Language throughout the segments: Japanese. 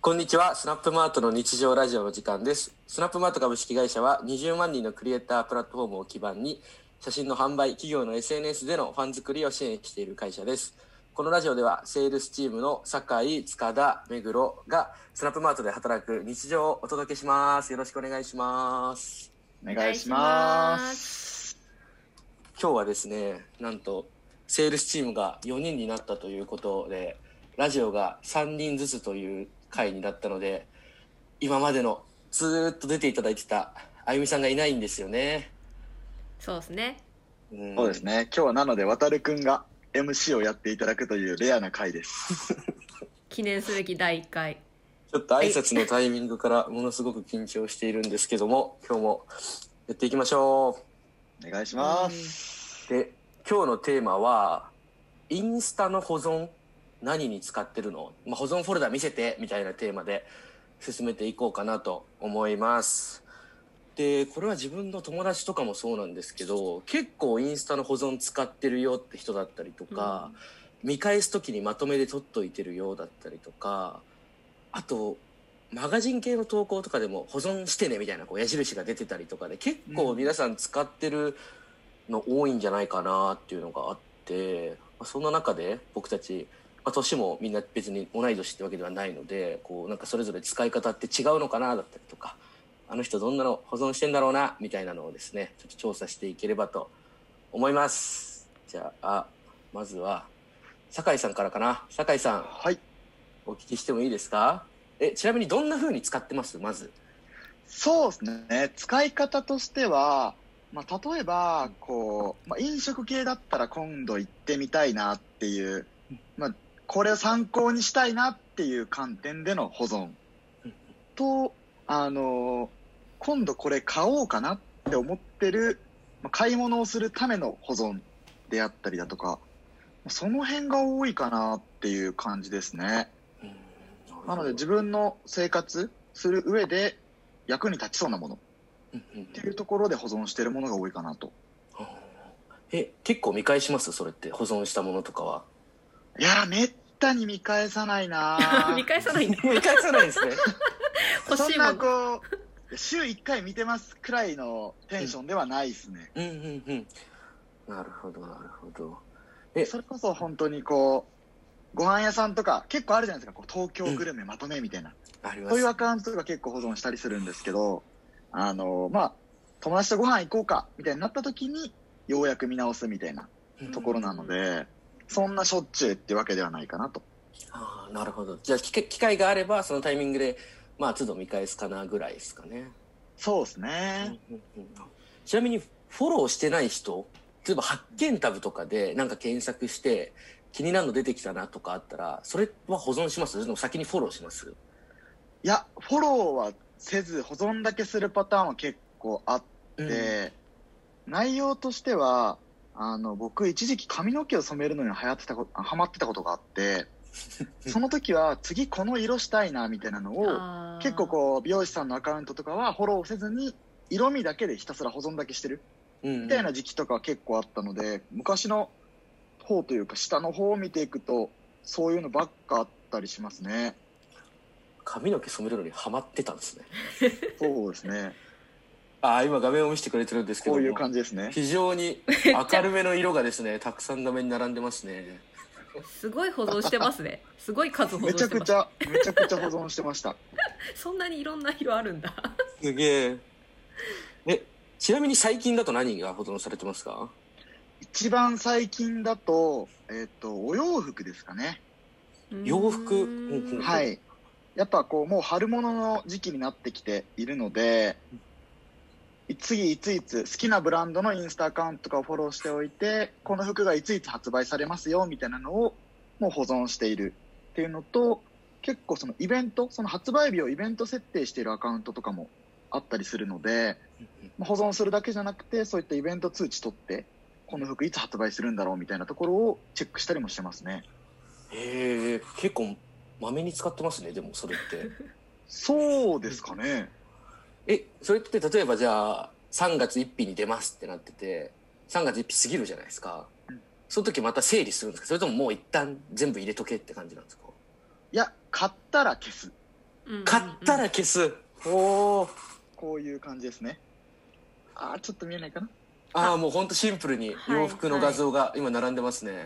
こんにちは。スナップマートの日常ラジオの時間です。スナップマート株式会社は20万人のクリエイタープラットフォームを基盤に写真の販売、企業の SNS でのファン作りを支援している会社です。このラジオではセールスチームの酒井、塚田、目黒がスナップマートで働く日常をお届けします。よろしくお願いします。 お願いします。 今日はですね、なんとセールスチームが4人になったということで、ラジオが3人ずつという回になったので、今までのずーっと出ていただいてたあゆみさんがいないんですよね。 そうですね。 そうですね。今日はなので渡るくんが MC をやっていただくというレアな回です。 記念すべき第1回。 ちょっと挨拶のタイミングからものすごく緊張しているんですけども、今日もやっていきましょう。お願いします。 で、今日のテーマはインスタの保存何に使ってるの？保存フォルダ見せてみたいなテーマで進めていこうかなと思います。で、これは自分の友達とかもそうなんですけど、結構インスタの保存使ってるよって人だったりとか、見返す時にまとめで撮っといてるようだったりとか、あとマガジン系の投稿とかでも保存してねみたいな矢印が出てたりとかで、結構皆さん使ってるの多いんじゃないかなっていうのがあって、そんな中で僕たち年もみんな別に同い年ってわけではないので、なんかそれぞれ使い方って違うのかなだったりとか、あの人どんなの保存してんだろうなみたいなのをですね、ちょっと調査していければと思います。じゃあまずは酒井さんからかな。酒井さん、 はい、 お聞きしてもいいですか？ちなみにどんな風に使ってます？まず。 そうですね。使い方としては、例えば飲食系だったら今度行ってみたいなっていう、これを参考にしたいなっていう観点での保存と、今度これ買おうかなって思ってる、買い物をするための保存であったりだとか、その辺が多いかなっていう感じですね。なので自分の生活する上で役に立ちそうなものっていうところで保存してるものが多いかなと。 結構見返します？それって保存したものとかは。 いや、めったに見返さないな見返さないんだ。 見返さないですね。 そんな週1回見てますくらいのテンションではないですね。 なるほどなるほど。 それこそ本当にご飯屋さんとか結構あるじゃないですか、東京グルメまとめみたいな、 あります。 そういうアカウントとか結構保存したりするんですけど、友達とご飯行こうかみたいになった時にようやく見直すみたいなところなので、そんなしょっちゅうってわけではないかなと。 なるほど。じゃあ機会があればそのタイミングで都度見返すかなぐらいですかね。 そうですね。 ちなみにフォローしてない人、例えば発見タブとかでなんか検索して気になるの出てきたなとかあったら、それは保存します？それとも先にフォローします？ いや、フォローはせず保存だけするパターンは結構あって、内容としては僕一時期髪の毛を染めるのにハマってたことがあってその時は次この色したいなみたいなのを結構美容師さんのアカウントとかはフォローせずに色味だけでひたすら保存だけしてるみたいな時期とかは結構あったので、昔の方というか下の方を見ていくとそういうのばっかあったりしますね。 髪の毛染めるのにハマってたんですね。 そうですね。 今画面を見せてくれてるんですけども、 こういう感じですね。 非常に明るめの色がですねたくさん画面に並んでますね。 すごい保存してますね。すごい数保存してます。 めちゃくちゃ保存してました。 そんなにいろんな色あるんだ。 すげえ。ちなみに最近だと何が保存されてますか？ 一番最近だとお洋服ですかね。 洋服。 はい。やっぱもう春物の時期になってきているので、次いつ好きなブランドのインスタアカウントとかをフォローしておいて、この服がいつ発売されますよみたいなのをもう保存しているっていうのと、結構そのイベント、その発売日をイベント設定しているアカウントとかもあったりするので、保存するだけじゃなくてそういったイベント通知取ってこの服いつ発売するんだろうみたいなところをチェックしたりもしてますね。 結構まめに使ってますね。でもそれってそうですかね。 それって例えばじゃあ3月1日に出ますってなってて、3月1日過ぎるじゃないですか、その時また整理するんですか？それとももう一旦全部入れとけって感じなんですか？ いや、買ったら消す。 買ったら消す。おー。 こういう感じですね。ちょっと見えないかな。 もうほんとシンプルに洋服の画像が今並んでますね。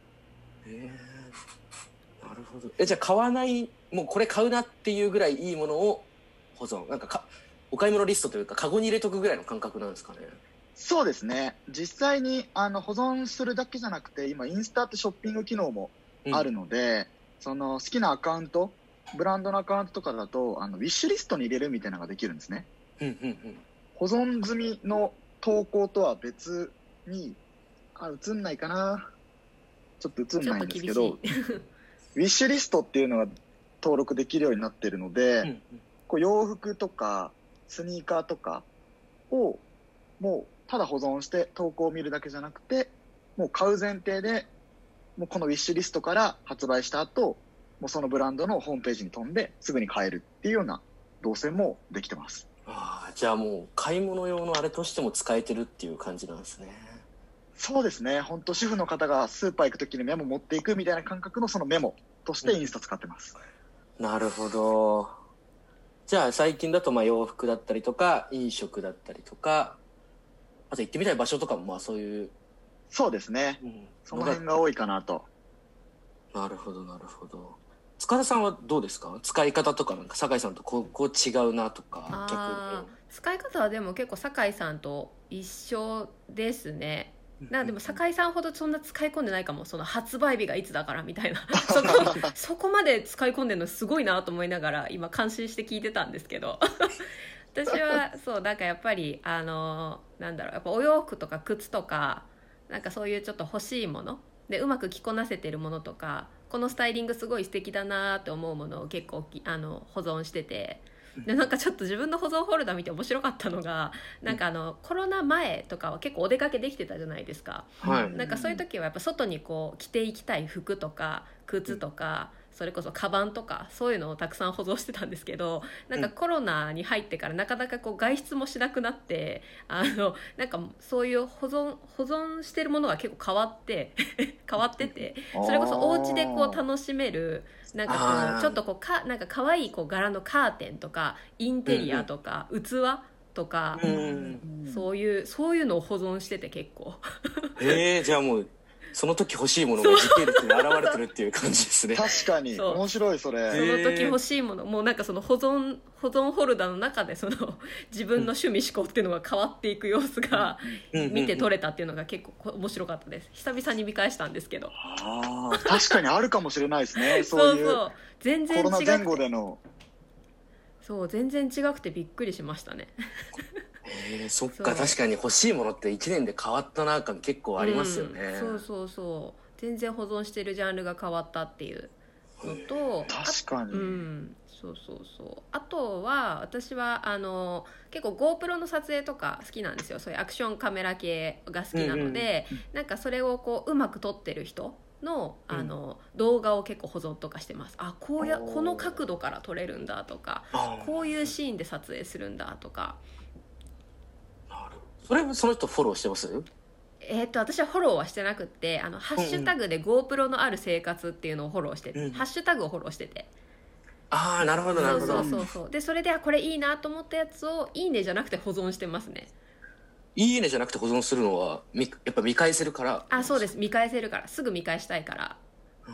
なるほど。じゃあ買わない、もうこれ買うなっていうぐらいいいものを保存。なんかお買い物リストというか、カゴに入れとくぐらいの感覚なんですかね。 そうですね。実際に保存するだけじゃなくて、今インスタってショッピング機能もあるので、その好きなアカウント、ブランドのアカウントとかだとウィッシュリストに入れるみたいなのができるんですね。保存済みの投稿とは別に映んないかな、ちょっと映んないんですけどウィッシュリストっていうのが登録できるようになってるので、こう洋服とかスニーカーとかをもうただ保存して投稿を見るだけじゃなくて、もう買う前提でもうこのウィッシュリストから発売した後、もうそのブランドのホームページに飛んですぐに買えるっていうような動線もできてます。 じゃあもう買い物用のあれとしても使えてるっていう感じなんですね。 そうですね。本当主婦の方がスーパー行くときにメモ持っていくみたいな感覚のそのメモとしてインスタ使ってます。 なるほど。じゃあ最近だと洋服だったりとか飲食だったりとか、あと行ってみたい場所とかもそういう。 そうですね。その辺が多いかなと。 なるほどなるほど。塚田さんはどうですか？使い方とか、なんか酒井さんとこう違うなとか。逆に使い方はでも結構酒井さんと一緒ですね。でも酒井さんほどそんな使い込んでないかも。その発売日がいつだからみたいなそこまで使い込んでるのすごいなと思いながら今感心して聞いてたんですけど私はそうなんかやっぱりなんだろう、やっぱお洋服とか靴とかなんかそういうちょっと欲しいものでうまく着こなせてるものとか、このスタイリングすごい素敵だなって思うものを結構保存してて、でなんかちょっと自分の保存フォルダ見て面白かったのが、なんかコロナ前とかは結構お出かけできてたじゃないですか、なんかそういう時はやっぱ外にこう着ていきたい服とか靴とか、それこそカバンとかそういうのをたくさん保存してたんですけど、なんかコロナに入ってからなかなかこう外出もしなくなって、なんかそういう保存してるものが結構変わってて、それこそお家でこう楽しめるなんかこうちょっとこうなんか可愛いこう柄のカーテンとかインテリアとか、器とか、そういうのを保存してて結構じゃあもうその時欲しいものが時系列に現れてるっていう感じですね。 確かに面白いそれ。 その時欲しいもの、もうなんかその保存フォルダの中でその自分の趣味思考っていうのが変わっていく様子が見て取れたっていうのが結構面白かったです。久々に見返したんですけど。 確かにあるかもしれないですね。そういう全然違くて、 コロナ前後でのそう全然違くてびっくりしましたね。 そっか、確かに欲しいものって1年で変わったな感結構ありますよね。 そう全然保存してるジャンルが変わったっていうのと、 確かにそうあとは私は結構 GoPro の撮影とか好きなんですよ。そういうアクションカメラ系が好きなので、なんかそれをこうまく撮ってる人の動画を結構保存とかしてます。この角度から撮れるんだとか、こういうシーンで撮影するんだとか。 その人フォローしてます？ 私はフォローはしてなくってハッシュタグで GoPro のある生活っていうのをフォローしてて、ハッシュタグをフォローしてて、 なるほどなるほど。 そうでそれでこれいいなと思ったやつをいいねじゃなくて保存してますね。 いいねじゃなくて保存するのはやっぱ見返せるから？ そうです、見返せるから、すぐ見返したいから。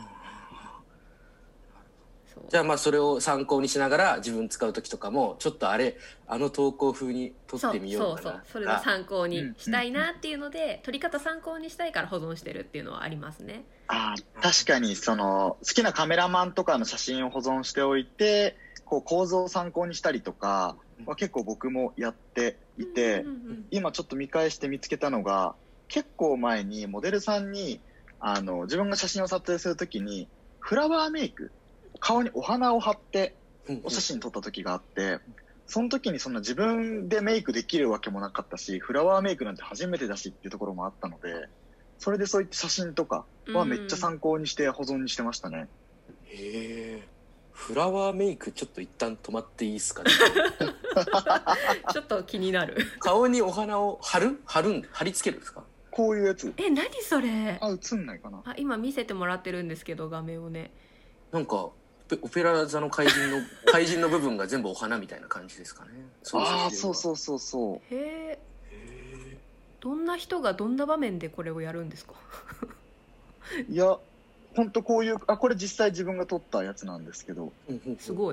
じゃあそれを参考にしながら自分使う時とかもちょっと投稿風に撮ってみようかな。 それの参考にしたいなっていうので、撮り方参考にしたいから保存してるっていうのはありますね。 確かに好きなカメラマンとかの写真を保存しておいてこう構造を参考にしたりとかは結構僕もやっていて、今ちょっと見返して見つけたのが、結構前にモデルさんに自分が写真を撮影するときにフラワーメイク、顔にお花を貼ってお写真撮った時があって、その時にそんな自分でメイクできるわけもなかったし、フラワーメイクなんて初めてだしっていうところもあったので、それでそういった写真とかはめっちゃ参考にして保存にしてましたね。 フラワーメイクちょっと一旦止まっていいですかね。 ちょっと気になる。 顔にお花を貼り付けるんですか？ こういうやつ。 何それ。 映んないかな。 今見せてもらってるんですけど、画面をね。 なんかオペラ座の怪人の部分が全部お花みたいな感じですかね。 ああ、そうそうそうそう。 へえ。どんな人がどんな場面でこれをやるんですか？ いや、ほんとこういう、これ実際自分が撮ったやつなんですけど、 すごい。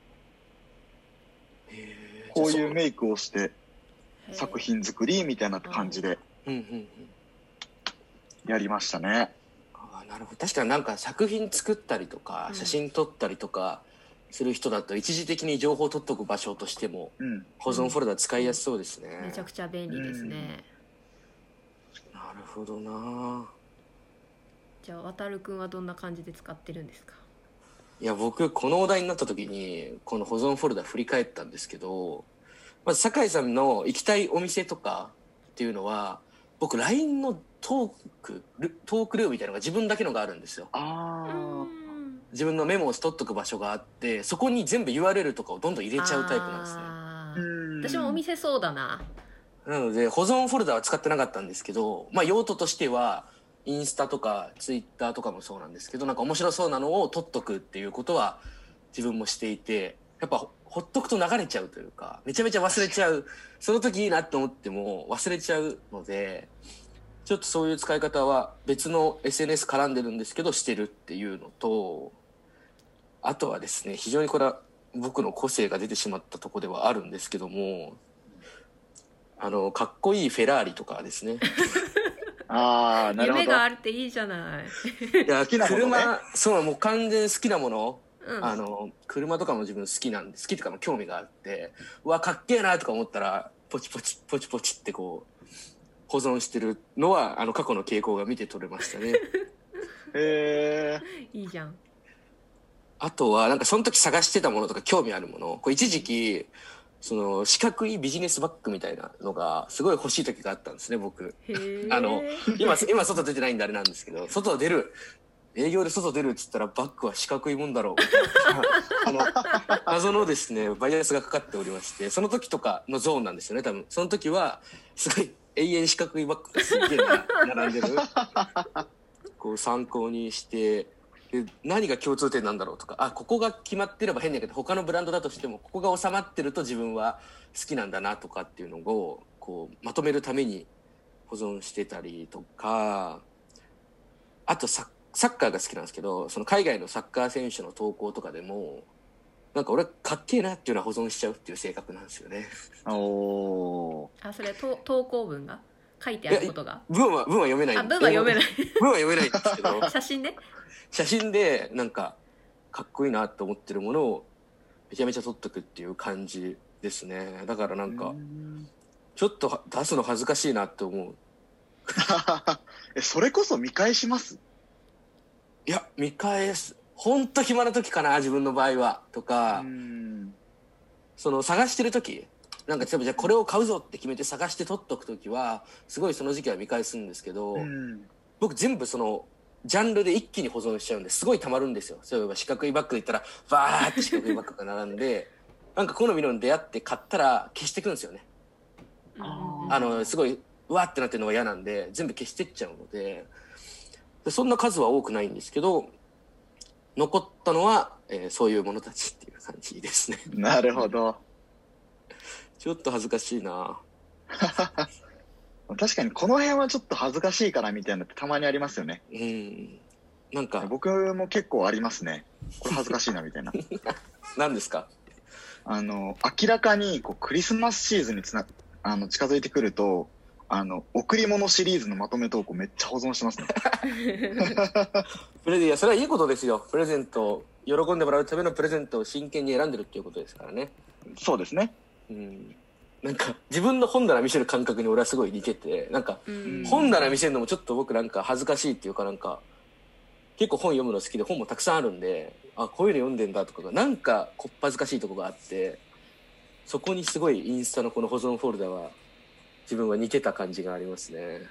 こういうメイクをしてへえ作品作りみたいな感じでやりましたね。 なるほど。確かになんか作品作ったりとか写真撮ったりとかする人だと一時的に情報を取っとく場所としても保存フォルダ使いやすそうですね。 めちゃくちゃ便利ですね。 なるほどな。 じゃあ渡るくんはどんな感じで使ってるんですか？ いや、僕このお題になった時にこの保存フォルダ振り返ったんですけど、まず酒井さんの行きたいお店とかっていうのは、僕 LINE のトークルームみたいなのが自分だけのがあるんですよ。自分のメモを取っとく場所があって、そこに全部 URL とかをどんどん入れちゃうタイプなんですね。 私もお店そうだな。 なので保存フォルダは使ってなかったんですけど、まあ用途としてはインスタとかツイッターとかもそうなんですけど、なんか面白そうなのを取っとくっていうことは自分もしていて、やっぱほっとくと流れちゃうというか、めちゃめちゃ忘れちゃう。その時いいなって思っても忘れちゃうので、ちょっとそういう使い方は別の SNS 絡んでるんですけどしてるっていうのと、あとはですね、非常にこれは僕の個性が出てしまったところではあるんですけども、かっこいいフェラーリとかですね。 なるほど。 夢があるっていいじゃない。 いや、 好きなものね。 そう、もう完全好きなもの。 うん、 車とかも自分好きなんで、好きとかも興味があって、うわ、かっけえなとか思ったら、ポチポチってこう、保存してるのは、過去の傾向が見て取れましたね。 いいじゃん。 あとは、なんかその時探してたものとか興味あるもの、これ一時期、その四角いビジネスバッグみたいなのがすごい欲しい時があったんですね、僕。今外出てないんであれなんですけど、営業で外出るっつったらバッグは四角いもんだろうみたいな謎のですねバイアスがかかっておりまして、その時とかのゾーンなんですよね、多分。その時はすごい永遠四角いバッグがすっげえ並んでるこう参考にして、で何が共通点なんだろうとか、ここが決まってれば変だけど他のブランドだとしてもここが収まってると自分は好きなんだなとかっていうのをこうまとめるために保存してたりとか、あとサッカーが好きなんですけど、その海外のサッカー選手の投稿とかでもなんか俺かっけえなっていうのは保存しちゃうっていう性格なんですよね。 それ投稿文が書いてあることが文は読めない。 文は読めない文は読めないんですけど写真でなんかかっこいいなと思ってるものをめちゃめちゃ撮っとくっていう感じですね。だからなんかちょっと出すの恥ずかしいなって思う。 それこそ見返します？ いや、見返す。ほんと暇な時かな、自分の場合は。とか、その探してる時、なんか例えばじゃあこれを買うぞって決めて探して取っとく時は、すごいその時期は見返すんですけど、僕全部その、ジャンルで一気に保存しちゃうんですごい溜まるんですよ。そういえば四角いバッグで言ったら、バーって四角いバッグが並んで、なんか好みのに出会って買ったら消してくんですよね。すごい、うわーってなってるのが嫌なんで、全部消してっちゃうので、そんな数は多くないんですけど、残ったのは、そういうものたちっていう感じですね。 なるほど。 ちょっと恥ずかしいな。 確かにこの辺はちょっと恥ずかしいからみたいなってたまにありますよね。 なんか僕も結構ありますね。これ恥ずかしいなみたいな。 何ですか？ 明らかにこうクリスマスシーズンに近づいてくると、贈り物シリーズのまとめ投稿めっちゃ保存してますね。 いや、それはいいことですよ。プレゼント、喜んでもらうためのプレゼントを真剣に選んでるっていうことですからね。 そうですね。 なんか自分の本棚見せる感覚に俺はすごい似てて、なんか本棚見せるのもちょっと僕なんか恥ずかしいっていうか、なんか結構本読むの好きで本もたくさんあるんで、こういうの読んでんだとかがなんかこっぱずかしいとこがあって、そこにすごいインスタのこの保存フォルダは自分は似てた感じがありますね。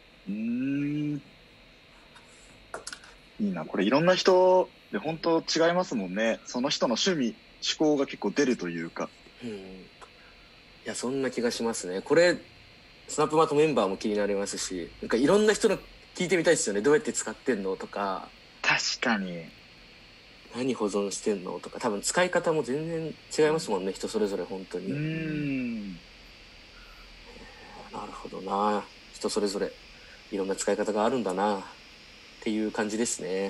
いいな。これいろんな人で本当違いますもんね。その人の趣味趣向が結構出るというか。 いや、そんな気がしますね。これスナップマートメンバーも気になりますし、なんかいろんな人の聞いてみたいですよね。どうやって使ってんのとか。 確かに。 何保存してんのとか、多分使い方も全然違いますもんね、人それぞれ本当に。なるほどな。人それぞれいろんな使い方があるんだなっていう感じですね。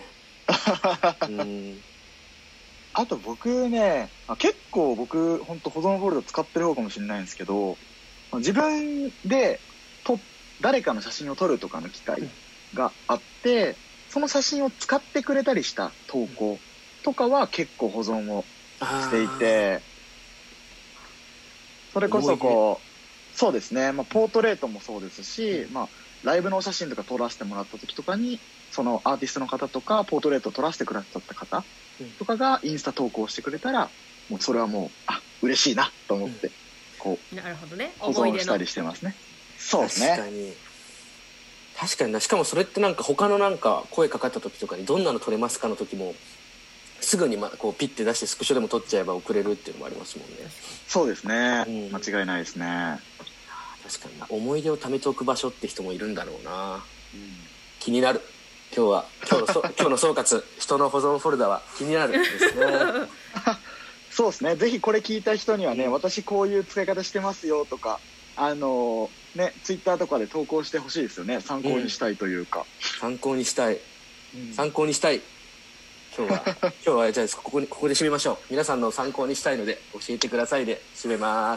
あと僕ね、結構僕本当保存フォルダ使ってる方かもしれないんですけど、自分で誰かの写真を撮るとかの機会があって、その写真を使ってくれたりした投稿とかは結構保存をしていて、それこそそうですね、ポートレートもそうですし、ライブのお写真とか撮らせてもらった時とかに、そのアーティストの方とかポートレートを撮らせてくださった方とかがインスタ投稿してくれたら、もうそれはもう嬉しいなと思って、 なるほどね、 保存したりしてますね。そうですね。 確かにな。しかもそれってなんか他のなんか声かかった時とかにどんなの撮れますかの時もすぐにこうピッて出してスクショでも撮っちゃえば送れるっていうのもありますもんね。 そうですね、間違いないですね。 確かにな。思い出を貯めておく場所って人もいるんだろうな。気になる。今日の総括、人の保存フォルダは気になるですね。 そうですね。ぜひこれ聞いた人にはね、私こういう使い方してますよとか、ツイッターとかで投稿してほしいですよね。参考にしたいというか。 参考にしたい。参考にしたい。今日はじゃあここで締めましょう。皆さんの参考にしたいので教えてくださいで締めます。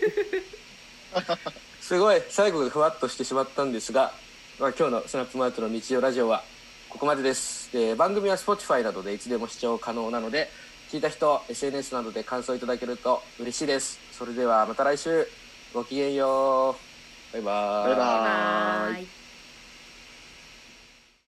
すごい最後でふわっとしてしまったんですが、今日のスナップマートの日曜ラジオはここまでです。番組は Spotify などでいつでも視聴可能なので、聞いた人 SNS などで感想いただけると嬉しいです。それではまた来週、ごきげんよう。バイバーイ。